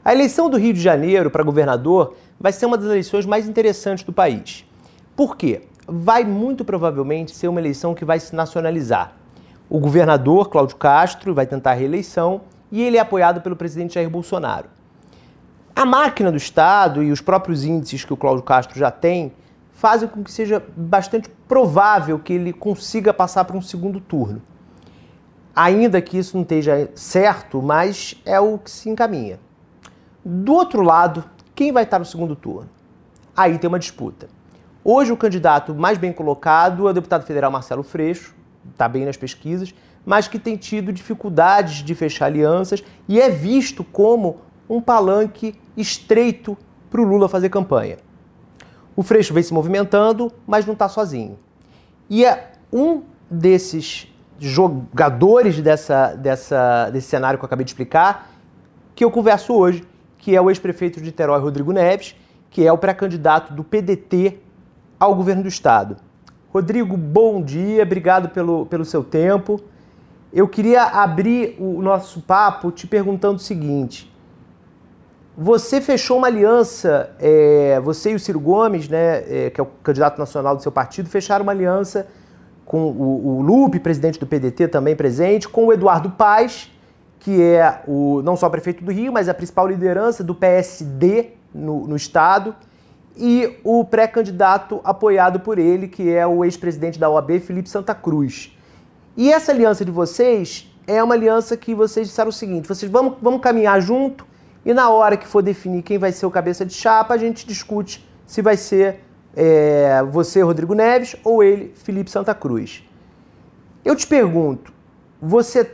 A eleição do Rio de Janeiro para governador vai ser uma das eleições mais interessantes do país. Por quê? Vai muito provavelmente ser uma eleição que vai se nacionalizar. O governador, Cláudio Castro, vai tentar a reeleição e ele é apoiado pelo presidente Jair Bolsonaro. A máquina do Estado e os próprios índices que o Cláudio Castro já tem fazem com que seja bastante provável que ele consiga passar para um segundo turno. Ainda que isso não esteja certo, mas é o que se encaminha. Do outro lado, quem vai estar no segundo turno? Aí tem uma disputa. Hoje o candidato mais bem colocado é o deputado federal Marcelo Freixo, está bem nas pesquisas, mas que tem tido dificuldades de fechar alianças e é visto como um palanque estreito para o Lula fazer campanha. O Freixo vem se movimentando, mas não está sozinho. E é um desses jogadores desse cenário que eu acabei de explicar que eu converso hoje, que é o ex-prefeito de Niterói, Rodrigo Neves, que é o pré-candidato do PDT ao governo do estado. Rodrigo, bom dia, obrigado pelo seu tempo. Eu queria abrir o nosso papo te perguntando o seguinte: você fechou uma aliança, você e o Ciro Gomes, né, que é o candidato nacional do seu partido, fecharam uma aliança com o Lupe, presidente do PDT, também presente, com o Eduardo Paes, que é não só prefeito do Rio, mas a principal liderança do PSD no estado, e o pré-candidato apoiado por ele, que é o ex-presidente da OAB, Felipe Santa Cruz. E essa aliança de vocês é uma aliança que vocês disseram o seguinte: vocês vamos caminhar junto e na hora que for definir quem vai ser o cabeça de chapa, a gente discute se vai ser você, Rodrigo Neves, ou ele, Felipe Santa Cruz. Eu te pergunto, você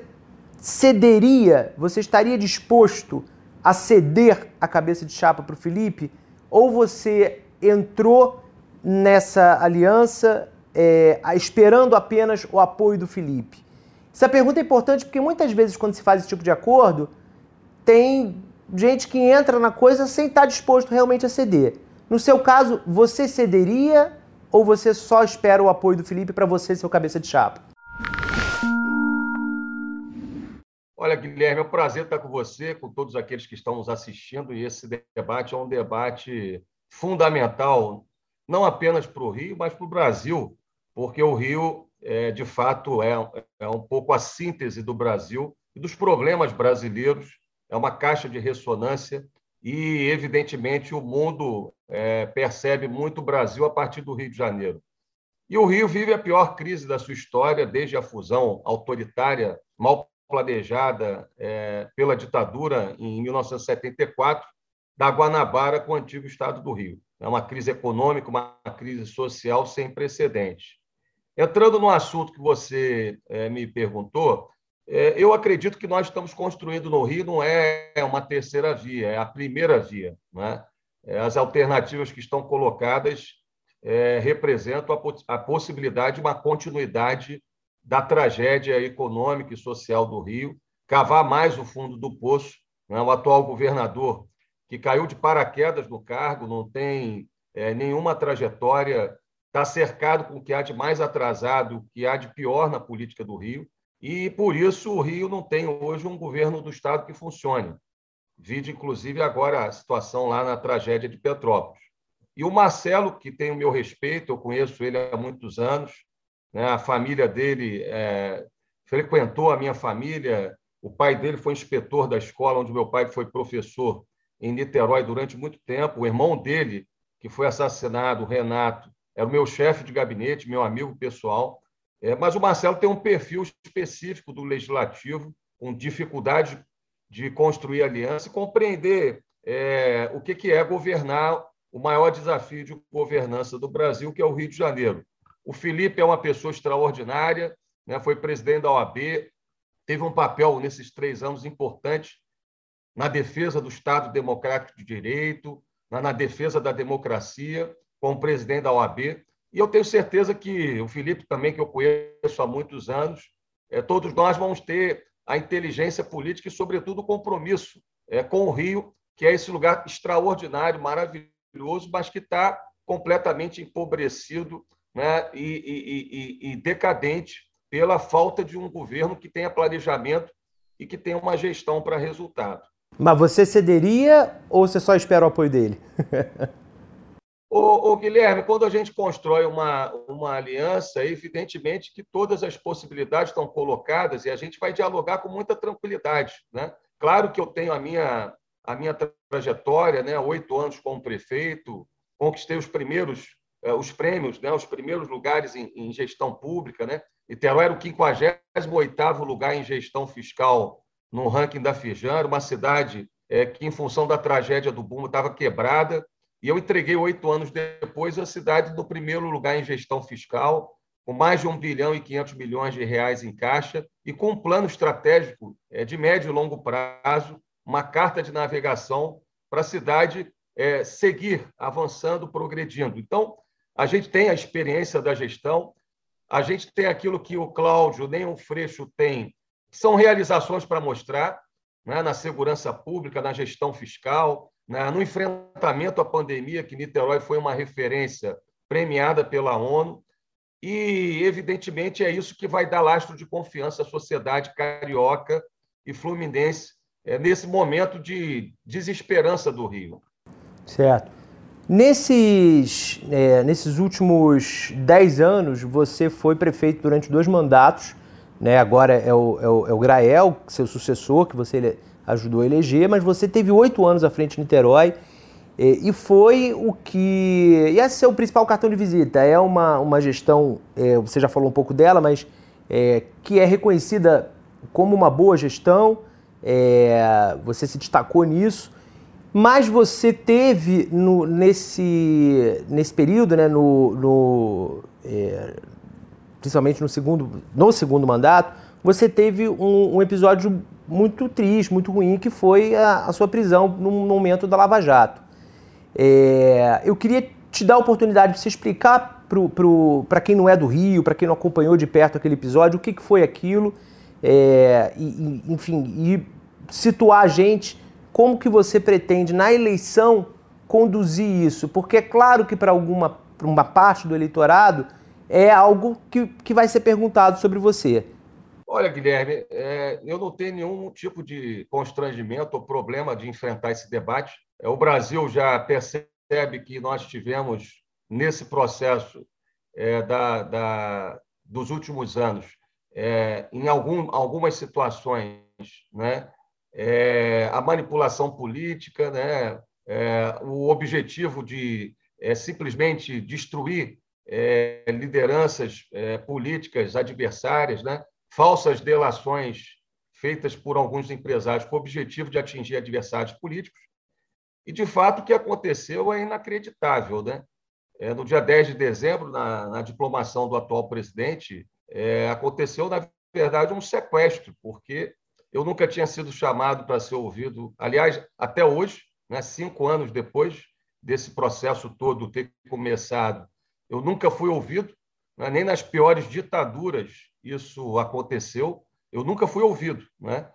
estaria disposto a ceder a cabeça de chapa para o Felipe? Ou você entrou nessa aliança esperando apenas o apoio do Felipe? Essa pergunta é importante porque muitas vezes quando se faz esse tipo de acordo, tem gente que entra na coisa sem estar disposto realmente a ceder. No seu caso, você cederia ou você só espera o apoio do Felipe para você ser o cabeça de chapa? Olha, Guilherme, é um prazer estar com você, com todos aqueles que estão nos assistindo, e esse debate é um debate fundamental, não apenas para o Rio, mas para o Brasil, porque o Rio, de fato, é um pouco a síntese do Brasil e dos problemas brasileiros, é uma caixa de ressonância e, evidentemente, o mundo percebe muito o Brasil a partir do Rio de Janeiro. E o Rio vive a pior crise da sua história desde a fusão autoritária, mal planejada pela ditadura em 1974, da Guanabara com o antigo Estado do Rio. É uma crise econômica, uma crise social sem precedentes. Entrando no assunto que você me perguntou, eu acredito que nós estamos construindo no Rio não é uma terceira via, é a primeira via, né? As alternativas que estão colocadas representam a possibilidade de uma continuidade da tragédia econômica e social do Rio, cavar mais o fundo do poço, né? O atual governador, que caiu de paraquedas no cargo, não tem nenhuma trajetória, está cercado com o que há de mais atrasado, o que há de pior na política do Rio, e, por isso, o Rio não tem hoje um governo do Estado que funcione. Vide, inclusive, agora a situação lá na tragédia de Petrópolis. E o Marcelo, que tem o meu respeito, eu conheço ele há muitos anos, né? A família dele frequentou a minha família, o pai dele foi inspetor da escola onde meu pai foi professor em Niterói durante muito tempo, o irmão dele, que foi assassinado, o Renato, era o meu chefe de gabinete, meu amigo pessoal, mas o Marcelo tem um perfil específico do legislativo, com dificuldade de construir aliança e compreender o que é governar o maior desafio de governança do Brasil, que é o Rio de Janeiro. O Felipe é uma pessoa extraordinária, né? Foi presidente da OAB, teve um papel nesses 3 anos importante na defesa do Estado Democrático de Direito, na defesa da democracia, como presidente da OAB. E eu tenho certeza que o Felipe também, que eu conheço há muitos anos, todos nós vamos ter a inteligência política e, sobretudo, o compromisso com o Rio, que é esse lugar extraordinário, maravilhoso, mas que está completamente empobrecido, né, e decadente pela falta de um governo que tenha planejamento e que tenha uma gestão para resultado. Mas você cederia ou você só espera o apoio dele? Guilherme, quando a gente constrói uma aliança, evidentemente que todas as possibilidades estão colocadas e a gente vai dialogar com muita tranquilidade, né? Claro que eu tenho a minha trajetória, né? 8 anos como prefeito, conquistei os prêmios, né? Os primeiros lugares em gestão pública, né? Niterói era o 58º lugar em gestão fiscal no ranking da Fijan, uma cidade que, em função da tragédia do Bumbo, estava quebrada. E eu entreguei 8 anos depois a cidade no primeiro lugar em gestão fiscal, com mais de 1 bilhão e 500 milhões de reais em caixa e com um plano estratégico de médio e longo prazo, uma carta de navegação para a cidade seguir avançando, progredindo. Então, a gente tem a experiência da gestão, a gente tem aquilo que o Cláudio nem o Freixo tem, que são realizações para mostrar, né, na segurança pública, na gestão fiscal, no enfrentamento à pandemia, que Niterói foi uma referência premiada pela ONU, e, evidentemente, é isso que vai dar lastro de confiança à sociedade carioca e fluminense nesse momento de desesperança do Rio. Certo. Nesses últimos 10 anos, você foi prefeito durante 2 mandatos, né? Agora é o Grael, seu sucessor, que você ajudou a eleger, mas você teve 8 anos à frente de Niterói e foi o que... E esse é o principal cartão de visita, é uma gestão, você já falou um pouco dela, mas que é reconhecida como uma boa gestão, você se destacou nisso, mas você teve nesse período, né, principalmente no segundo mandato, você teve um episódio muito triste, muito ruim, que foi a sua prisão no momento da Lava Jato. Eu queria te dar a oportunidade de você explicar para quem não é do Rio, para quem não acompanhou de perto aquele episódio, o que foi aquilo, enfim, e situar a gente como que você pretende, na eleição, conduzir isso. Porque é claro que para uma parte do eleitorado é algo que vai ser perguntado sobre você. Olha, Guilherme, eu não tenho nenhum tipo de constrangimento ou problema de enfrentar esse debate. O Brasil já percebe que nós tivemos, nesse processo dos últimos anos, em algumas situações, né, a manipulação política, né, o objetivo de simplesmente destruir lideranças políticas adversárias, né, falsas delações feitas por alguns empresários com o objetivo de atingir adversários políticos. E, de fato, o que aconteceu é inacreditável, né? No dia 10 de dezembro, na diplomação do atual presidente, aconteceu, na verdade, um sequestro, porque eu nunca tinha sido chamado para ser ouvido. Aliás, até hoje, né, 5 anos depois desse processo todo ter começado, eu nunca fui ouvido, né, nem nas piores ditaduras isso aconteceu, eu nunca fui ouvido, né?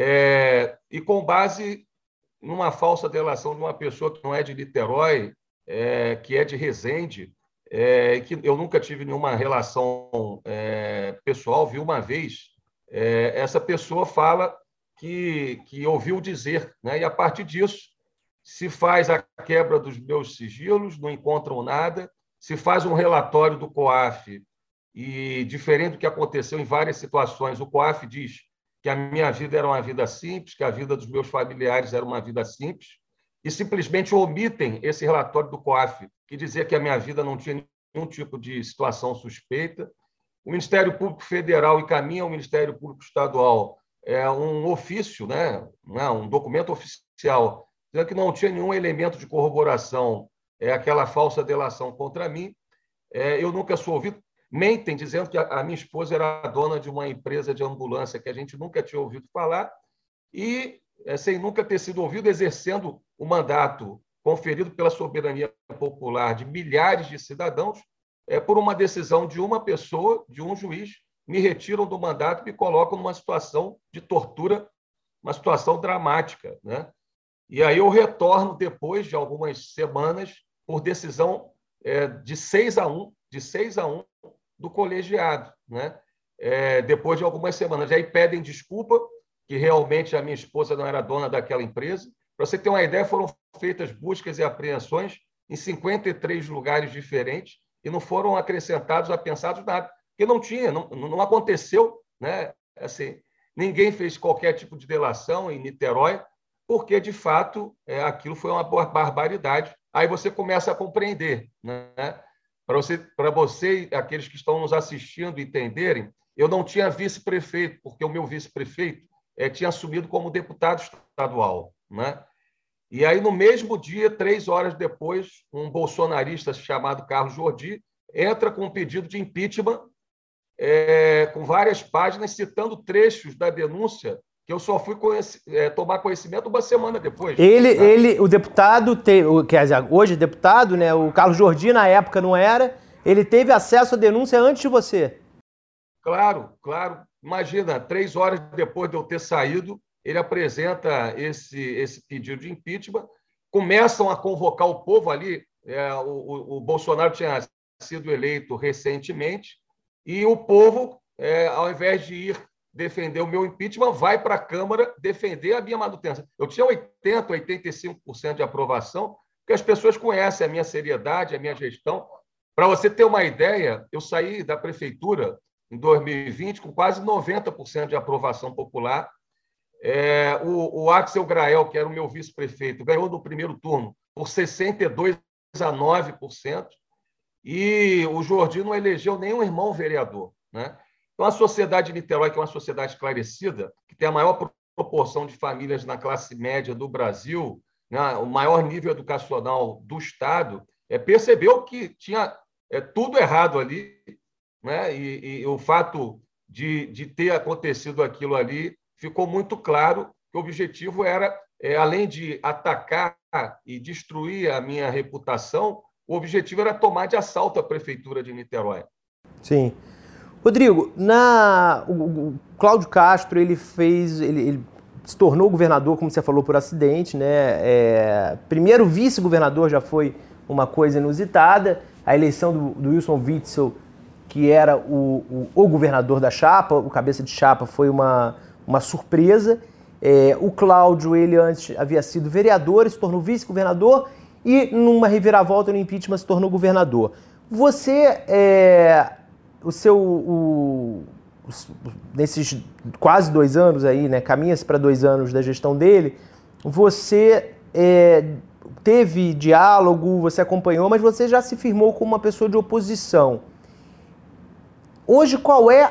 E com base numa falsa delação de uma pessoa que não é de Niterói, que é de Resende, que eu nunca tive nenhuma relação pessoal, vi uma vez, essa pessoa fala que ouviu dizer, né? E a partir disso se faz a quebra dos meus sigilos, não encontram nada, se faz um relatório do COAF e, diferente do que aconteceu em várias situações, o COAF diz que a minha vida era uma vida simples, que a vida dos meus familiares era uma vida simples, e simplesmente omitem esse relatório do COAF, que dizia que a minha vida não tinha nenhum tipo de situação suspeita. O Ministério Público Federal encaminha ao Ministério Público Estadual um ofício, né, um documento oficial, dizendo que não tinha nenhum elemento de corroboração, aquela falsa delação contra mim. Eu nunca sou ouvido. Mentem dizendo que a minha esposa era dona de uma empresa de ambulância que a gente nunca tinha ouvido falar e, sem nunca ter sido ouvido, exercendo o mandato conferido pela soberania popular de milhares de cidadãos, por uma decisão de uma pessoa, de um juiz, me retiram do mandato e me colocam numa situação de tortura, uma situação dramática, né? E aí eu retorno depois de algumas semanas por decisão de 6-1, do colegiado, né? Depois de algumas semanas. Aí pedem desculpa, que realmente a minha esposa não era dona daquela empresa. Para você ter uma ideia, foram feitas buscas e apreensões em 53 lugares diferentes e não foram acrescentados, apensados nada, porque não tinha, não aconteceu, né? Assim, ninguém fez qualquer tipo de delação em Niterói, porque, de fato, aquilo foi uma barbaridade. Aí você começa a compreender, né? Para você, aqueles que estão nos assistindo, entenderem, eu não tinha vice-prefeito, porque o meu vice-prefeito tinha assumido como deputado estadual, né? E aí, no mesmo dia, 3 horas depois, um bolsonarista chamado Carlos Jordi entra com um pedido de impeachment, com várias páginas, citando trechos da denúncia que eu só fui tomar conhecimento uma semana depois. Ele, o deputado, quer dizer, hoje deputado, né, o Carlos Jordi, na época não era, ele teve acesso à denúncia antes de você. Claro, claro. Imagina, 3 horas depois de eu ter saído, ele apresenta esse pedido de impeachment, começam a convocar o povo ali, o Bolsonaro tinha sido eleito recentemente, e o povo, ao invés de ir defender o meu impeachment, vai para a Câmara defender a minha manutenção. Eu tinha 80%, 85% de aprovação, porque as pessoas conhecem a minha seriedade, a minha gestão. Para você ter uma ideia, eu saí da prefeitura em 2020 com quase 90% de aprovação popular. O Axel Grael, que era o meu vice-prefeito, ganhou no primeiro turno por 62% a 9%, e o Jordi não elegeu nenhum irmão vereador, né? Então, a sociedade de Niterói, que é uma sociedade esclarecida, que tem a maior proporção de famílias na classe média do Brasil, né, o maior nível educacional do Estado, percebeu que tinha tudo errado ali, né? E o fato de ter acontecido aquilo ali ficou muito claro que o objetivo era, além de atacar e destruir a minha reputação, o objetivo era tomar de assalto a prefeitura de Niterói. Sim. Rodrigo, o Cláudio Castro, ele se tornou governador, como você falou, por acidente, né? Primeiro vice-governador já foi uma coisa inusitada. A eleição do Wilson Witzel, que era o governador da chapa, o cabeça de chapa, foi uma surpresa. O Cláudio, ele antes havia sido vereador, se tornou vice-governador e, numa reviravolta no impeachment, se tornou governador. Você, nesses quase 2 anos aí, né, caminha-se para 2 anos da gestão dele, você teve diálogo, você acompanhou, mas você já se firmou como uma pessoa de oposição. Hoje, qual é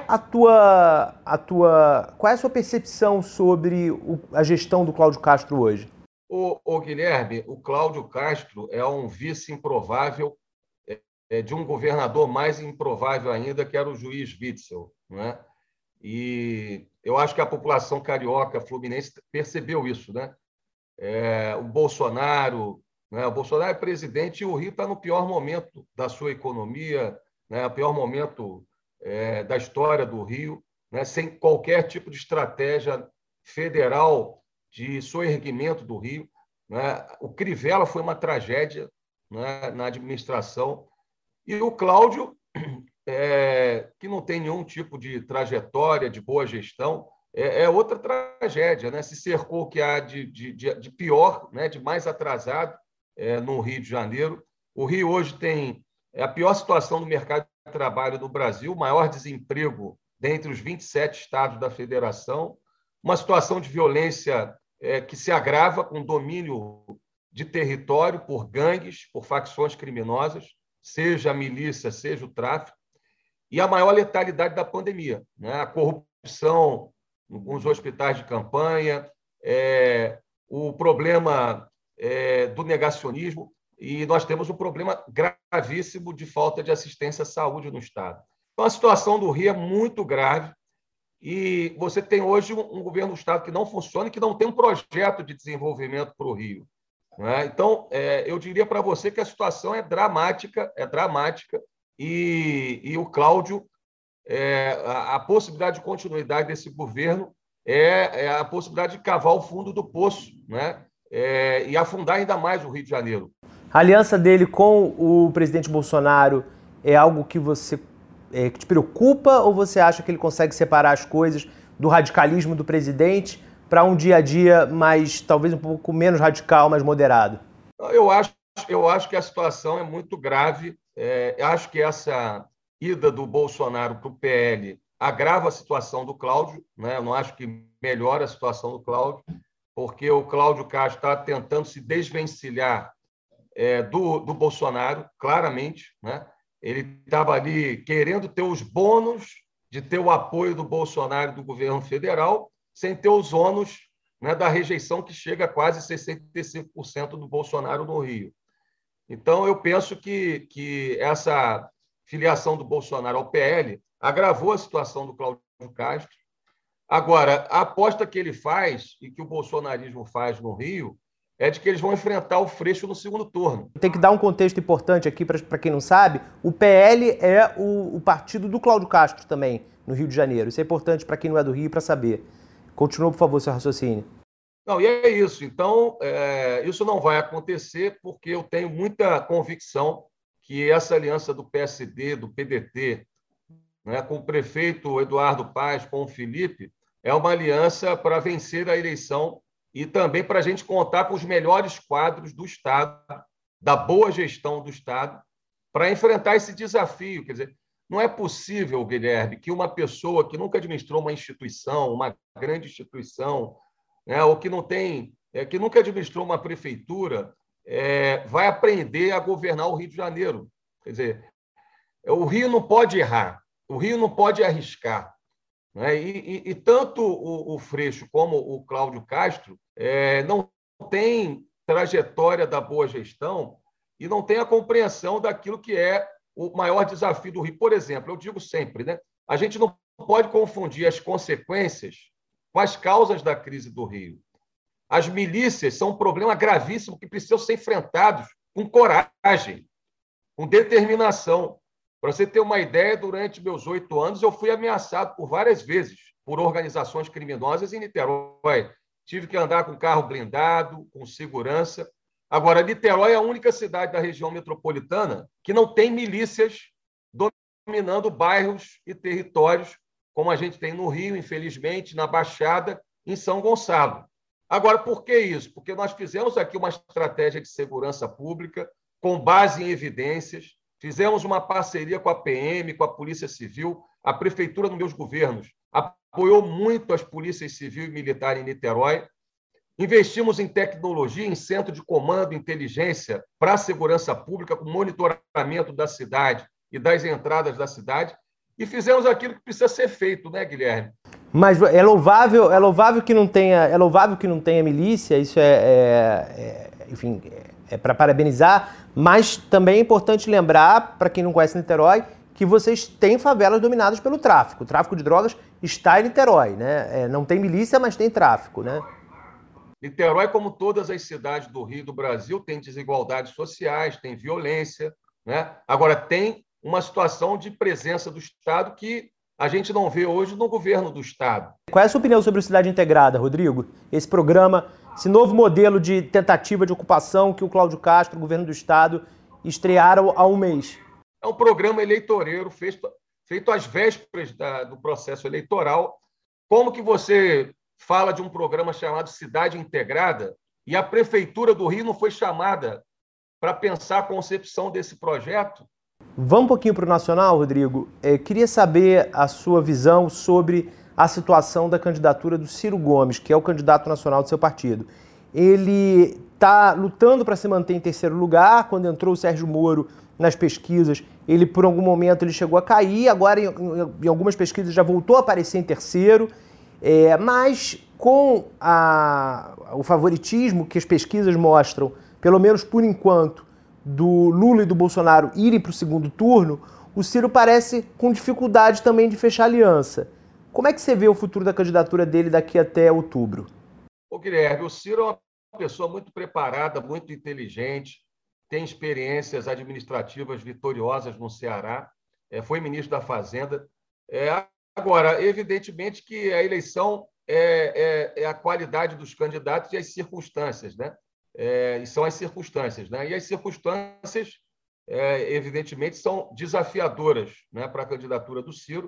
a sua percepção sobre a gestão do Cláudio Castro hoje? Guilherme, o Cláudio Castro é um vice improvável de um governador mais improvável ainda, que era o juiz Witzel, né? E eu acho que a população carioca fluminense percebeu isso, né? O Bolsonaro, né? O Bolsonaro é presidente e o Rio está no pior momento da sua economia, né? O pior momento da história do Rio, né? Sem qualquer tipo de estratégia federal de soerguimento do Rio, né? O Crivella foi uma tragédia, né, na administração. E o Cláudio, que não tem nenhum tipo de trajetória de boa gestão, é outra tragédia, né? Se cercou o que há de pior, né, de mais atrasado no Rio de Janeiro. O Rio hoje tem a pior situação do mercado de trabalho do Brasil, o maior desemprego dentre os 27 estados da federação, uma situação de violência que se agrava com domínio de território por gangues, por facções criminosas, seja a milícia, seja o tráfico, e a maior letalidade da pandemia, né? A corrupção nos hospitais de campanha, o problema do negacionismo, e nós temos um problema gravíssimo de falta de assistência à saúde no Estado. Então, a situação do Rio é muito grave e você tem hoje um governo do Estado que não funciona e que não tem um projeto de desenvolvimento para o Rio, né? Então, eu diria para você que a situação é dramática, e o Cláudio, a possibilidade de continuidade desse governo é a possibilidade de cavar o fundo do poço, né? E afundar ainda mais o Rio de Janeiro. A aliança dele com o presidente Bolsonaro é algo que que te preocupa, ou você acha que ele consegue separar as coisas do radicalismo do presidente para um dia a dia mais, talvez um pouco menos radical, mais moderado? Eu acho que a situação é muito grave. Acho que essa ida do Bolsonaro para o PL agrava a situação do Cláudio, né? Eu não acho que melhora a situação do Cláudio, porque o Cláudio Castro está tentando se desvencilhar do Bolsonaro, claramente, né? Ele estava ali querendo ter os bônus de ter o apoio do Bolsonaro e do governo federal, sem ter os ônus, né, da rejeição que chega a quase 65% do Bolsonaro no Rio. Então, eu penso que essa filiação do Bolsonaro ao PL agravou a situação do Cláudio Castro. Agora, a aposta que ele faz e que o bolsonarismo faz no Rio é de que eles vão enfrentar o Freixo no segundo turno. Tem que dar um contexto importante aqui para quem não sabe. O PL é o partido do Cláudio Castro também, no Rio de Janeiro. Isso é importante para quem não é do Rio para saber. Continua, por favor, seu raciocínio. Não, e é isso. Então, isso não vai acontecer porque eu tenho muita convicção que essa aliança do PSD, do PDT, né, com o prefeito Eduardo Paes, com o Felipe, é uma aliança para vencer a eleição e também para a gente contar com os melhores quadros do Estado, da boa gestão do Estado, para enfrentar esse desafio. Quer dizer, não é possível, Guilherme, que uma pessoa que nunca administrou uma instituição, uma grande instituição, né, ou que que nunca administrou uma prefeitura, vai aprender a governar o Rio de Janeiro. Quer dizer, o Rio não pode errar, o Rio não pode arriscar. Né? E tanto o Freixo como o Cláudio Castro não têm trajetória da boa gestão e não têm a compreensão daquilo que é o maior desafio do Rio. Por exemplo, eu digo sempre, né, a gente não pode confundir as consequências com as causas da crise do Rio. As milícias são um problema gravíssimo que precisam ser enfrentados com coragem, com determinação. Para você ter uma ideia, durante meus 8 anos, eu fui ameaçado por várias vezes por organizações criminosas em Niterói. Tive que andar com carro blindado, com segurança. Agora, Niterói é a única cidade da região metropolitana que não tem milícias dominando bairros e territórios, como a gente tem no Rio, infelizmente, na Baixada, em São Gonçalo. Agora, por que isso? Porque nós fizemos aqui uma estratégia de segurança pública com base em evidências, fizemos uma parceria com a PM, com a Polícia Civil, a Prefeitura, nos meus governos, apoiou muito as polícias civil e militar em Niterói, investimos em tecnologia, em centro de comando e inteligência para a segurança pública, com monitoramento da cidade e das entradas da cidade, e fizemos aquilo que precisa ser feito, né, Guilherme? Mas é louvável que não tenha milícia, isso enfim, é para parabenizar, mas também é importante lembrar, para quem não conhece Niterói, que vocês têm favelas dominadas pelo tráfico. O tráfico de drogas está em Niterói, né? Não tem milícia, mas tem tráfico, né? Niterói, como todas as cidades do Rio e do Brasil, tem desigualdades sociais, tem violência, né? Agora, tem uma situação de presença do Estado que a gente não vê hoje no governo do Estado. Qual é a sua opinião sobre o Cidade Integrada, Rodrigo? Esse programa, esse novo modelo de tentativa de ocupação que o Cláudio Castro, o governo do Estado, estrearam há um mês. É um programa eleitoreiro feito às vésperas do processo eleitoral. Como que você fala de um programa chamado Cidade Integrada e a Prefeitura do Rio não foi chamada para pensar a concepção desse projeto? Vamos um pouquinho para o nacional, Rodrigo. Queria saber a sua visão sobre a situação da candidatura do Ciro Gomes, que é o candidato nacional do seu partido. Ele está lutando para se manter em terceiro lugar. Quando entrou o Sérgio Moro nas pesquisas, ele por algum momento ele chegou a cair, agora em algumas pesquisas já voltou a aparecer em terceiro, mas com o favoritismo que as pesquisas mostram, pelo menos por enquanto, do Lula e do Bolsonaro irem para o segundo turno, o Ciro parece com dificuldade também de fechar aliança. Como é que você vê o futuro da candidatura dele daqui até outubro? Guilherme, o Ciro é uma pessoa muito preparada, muito inteligente, tem experiências administrativas vitoriosas no Ceará, foi ministro da Fazenda. Agora, evidentemente que a eleição é a qualidade dos candidatos e as circunstâncias, né? E são as circunstâncias, né? E as circunstâncias, evidentemente, são desafiadoras, né, para a candidatura do Ciro,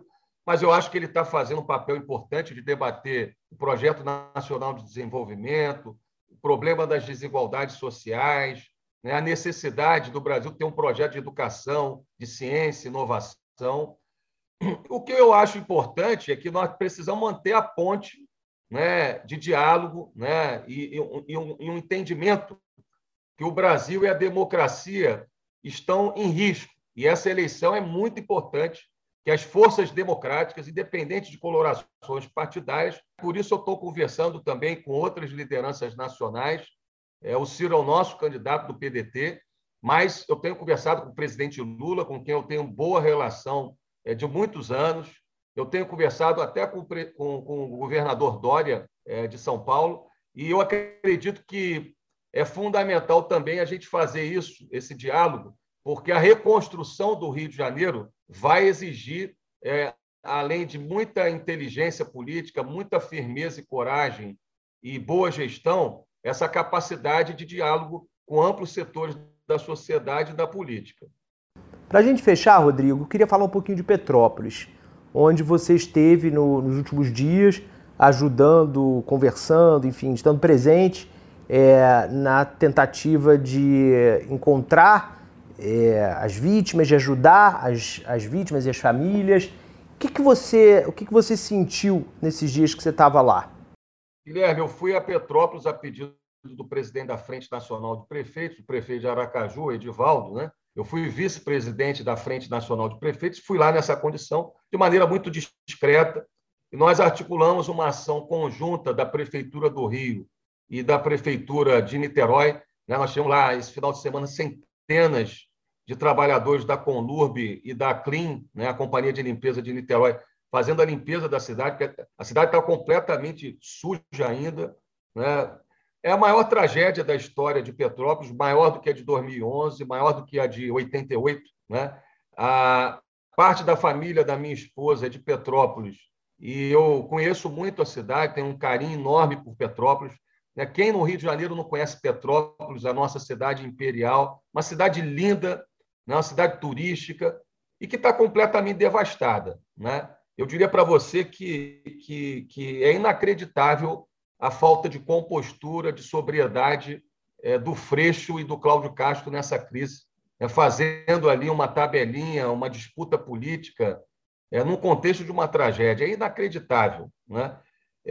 mas eu acho que ele está fazendo um papel importante de debater o projeto nacional de desenvolvimento, o problema das desigualdades sociais, né, a necessidade do Brasil ter um projeto de educação, de ciência, inovação. O que eu acho importante é que nós precisamos manter a ponte, né, de diálogo, né, e um entendimento que o Brasil e a democracia estão em risco. E essa eleição é muito importante, que as forças democráticas, independente de colorações partidárias, por isso eu estou conversando também com outras lideranças nacionais. O Ciro é o nosso candidato do PDT, mas eu tenho conversado com o presidente Lula, com quem eu tenho boa relação de muitos anos. Eu tenho conversado até com o governador Dória, de São Paulo, e eu acredito que é fundamental também a gente fazer isso, esse diálogo, porque a reconstrução do Rio de Janeiro vai exigir, além de muita inteligência política, muita firmeza e coragem e boa gestão, essa capacidade de diálogo com amplos setores da sociedade e da política. Para a gente fechar, Rodrigo, eu queria falar um pouquinho de Petrópolis, onde você esteve nos últimos dias ajudando, conversando, enfim, estando presente na tentativa de encontrar as vítimas, de ajudar as vítimas e as famílias. O que você sentiu nesses dias que você estava lá? Guilherme, eu fui a Petrópolis a pedido do presidente da Frente Nacional de Prefeitos, o prefeito de Aracaju, Edivaldo, né? Eu fui vice-presidente da Frente Nacional de Prefeitos, fui lá nessa condição, de maneira muito discreta, e nós articulamos uma ação conjunta da Prefeitura do Rio e da Prefeitura de Niterói. Né? Nós tivemos lá, esse final de semana, centenas de trabalhadores da Conlurb e da Clean, né? A Companhia de Limpeza de Niterói, fazendo a limpeza da cidade, porque a cidade está completamente suja ainda, né? É a maior tragédia da história de Petrópolis, maior do que a de 2011, maior do que a de 88. Né? A parte da família da minha esposa é de Petrópolis e eu conheço muito a cidade, tenho um carinho enorme por Petrópolis. Né? Quem no Rio de Janeiro não conhece Petrópolis, a nossa cidade imperial, uma cidade linda, né? Uma cidade turística e que está completamente devastada. Né? Eu diria para você que é inacreditável a falta de compostura, de sobriedade do Freixo e do Cláudio Castro nessa crise, fazendo ali uma tabelinha, uma disputa política, num contexto de uma tragédia. É inacreditável. Né?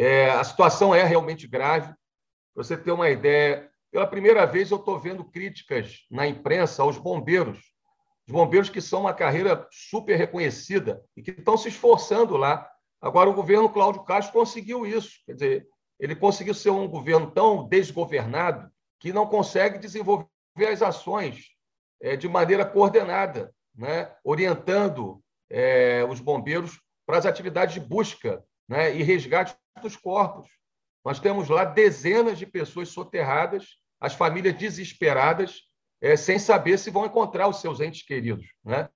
A situação é realmente grave. Para você ter uma ideia, pela primeira vez eu estou vendo críticas na imprensa aos bombeiros, os bombeiros que são uma carreira super reconhecida e que estão se esforçando lá. Agora, o governo Cláudio Castro conseguiu isso, quer dizer, ele conseguiu ser um governo tão desgovernado que não consegue desenvolver as ações de maneira coordenada, né? Orientando os bombeiros para as atividades de busca, né? E resgate dos corpos. Nós temos lá dezenas de pessoas soterradas, as famílias desesperadas, sem saber se vão encontrar os seus entes queridos. Né?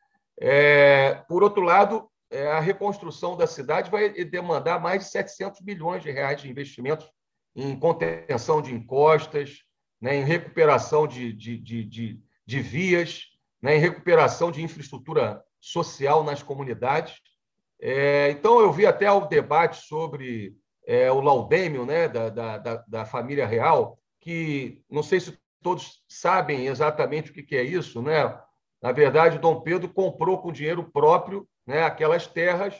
Por outro lado, a reconstrução da cidade vai demandar mais de 700 bilhões de reais de investimentos em contenção de encostas, né, em recuperação de vias, né, em recuperação de infraestrutura social nas comunidades. Então, eu vi até o debate sobre o laudêmio, né, da família real, que não sei se todos sabem exatamente o que é isso. Né? Na verdade, Dom Pedro comprou com dinheiro próprio, né, aquelas terras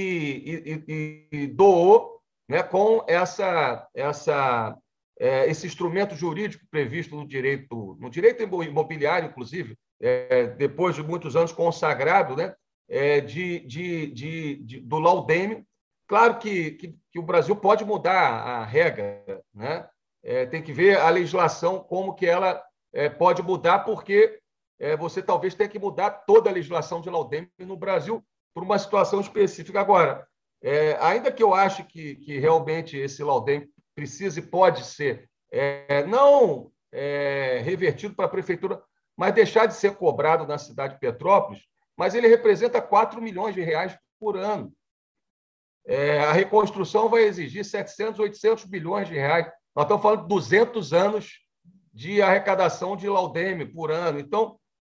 e doou, né, com esse instrumento jurídico previsto no direito imobiliário, inclusive, depois de muitos anos consagrado, né, do laudêmio. Claro que o Brasil pode mudar a regra, né? Tem que ver a legislação como que ela pode mudar, porque você talvez tenha que mudar toda a legislação de laudêmio no Brasil por uma situação específica. Agora, ainda que eu ache que realmente esse laudêmio precisa e pode ser não revertido para a prefeitura, mas deixar de ser cobrado na cidade de Petrópolis, mas ele representa 4 milhões de reais por ano. A reconstrução vai exigir 700, 800 bilhões de reais. Nós estamos falando de 200 anos de arrecadação de laudêmio por ano. Então,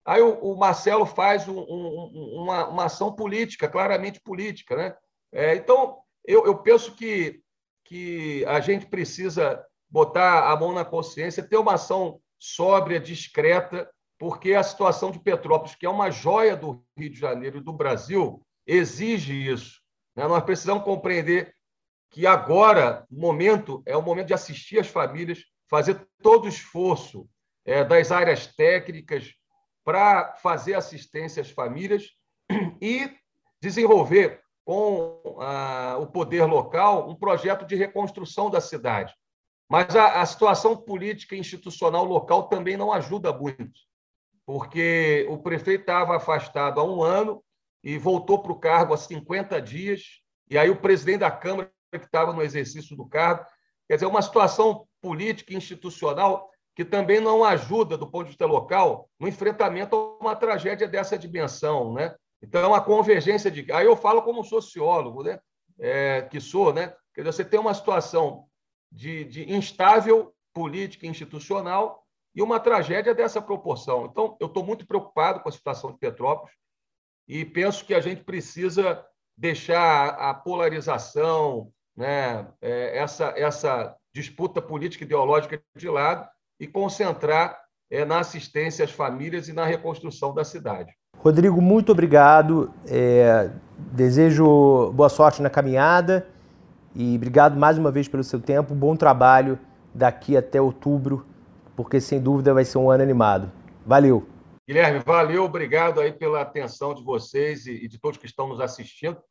Aí o Marcelo faz uma ação política, claramente política, né? Então, eu penso que a gente precisa botar a mão na consciência, ter uma ação sóbria, discreta, porque a situação de Petrópolis, que é uma joia do Rio de Janeiro e do Brasil, exige isso, né? Nós precisamos compreender que agora o momento é o momento de assistir as famílias, fazer todo o esforço das áreas técnicas para fazer assistência às famílias e desenvolver com o poder local um projeto de reconstrução da cidade. Mas a situação política e institucional local também não ajuda muito, porque o prefeito estava afastado há 1 ano e voltou para o cargo há 50 dias, e aí o presidente da Câmara, que estava no exercício do cargo, quer dizer, uma situação política e institucional que também não ajuda, do ponto de vista local, no enfrentamento a uma tragédia dessa dimensão, né? Então, a convergência de... Aí eu falo como sociólogo, né? Que sou, né? Quer dizer, você tem uma situação de instável política e institucional e uma tragédia dessa proporção. Então, eu estou muito preocupado com a situação de Petrópolis e penso que a gente precisa deixar a polarização, né? Essa disputa política e ideológica de lado e concentrar na assistência às famílias e na reconstrução da cidade. Rodrigo, muito obrigado. Desejo boa sorte na caminhada e obrigado mais uma vez pelo seu tempo. Bom trabalho daqui até outubro, porque sem dúvida vai ser um ano animado. Valeu. Guilherme, valeu, obrigado aí pela atenção de vocês e de todos que estão nos assistindo.